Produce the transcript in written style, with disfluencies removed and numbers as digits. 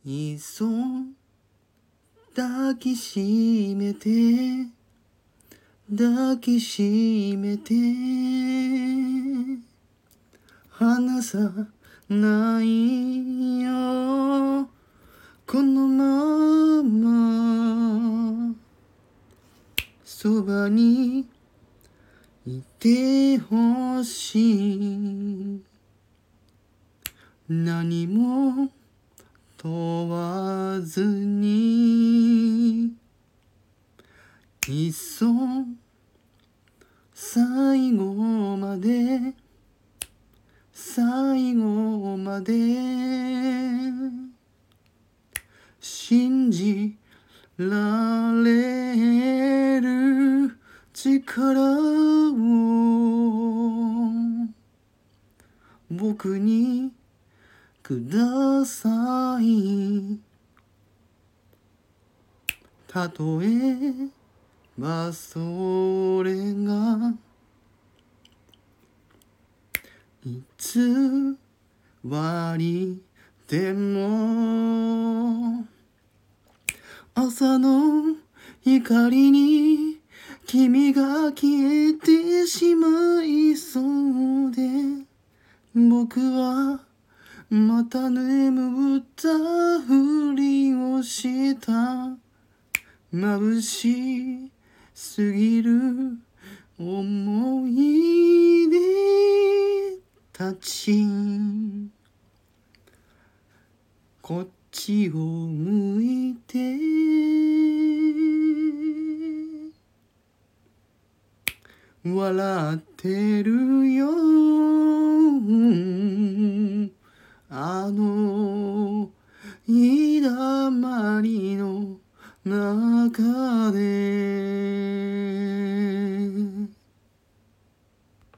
いっそ抱きしめて抱きしめて離さないよこのままそばにいてほしい何も問わずにいっそ最後まで最後まで信じられる力を僕にくださいたとえばそれがいつりでも朝の光に君が消えてしまいそうで僕はまた眠ったふりをした眩しすぎる思い出たちこっちを向いて笑ってるよあの日だまりの中で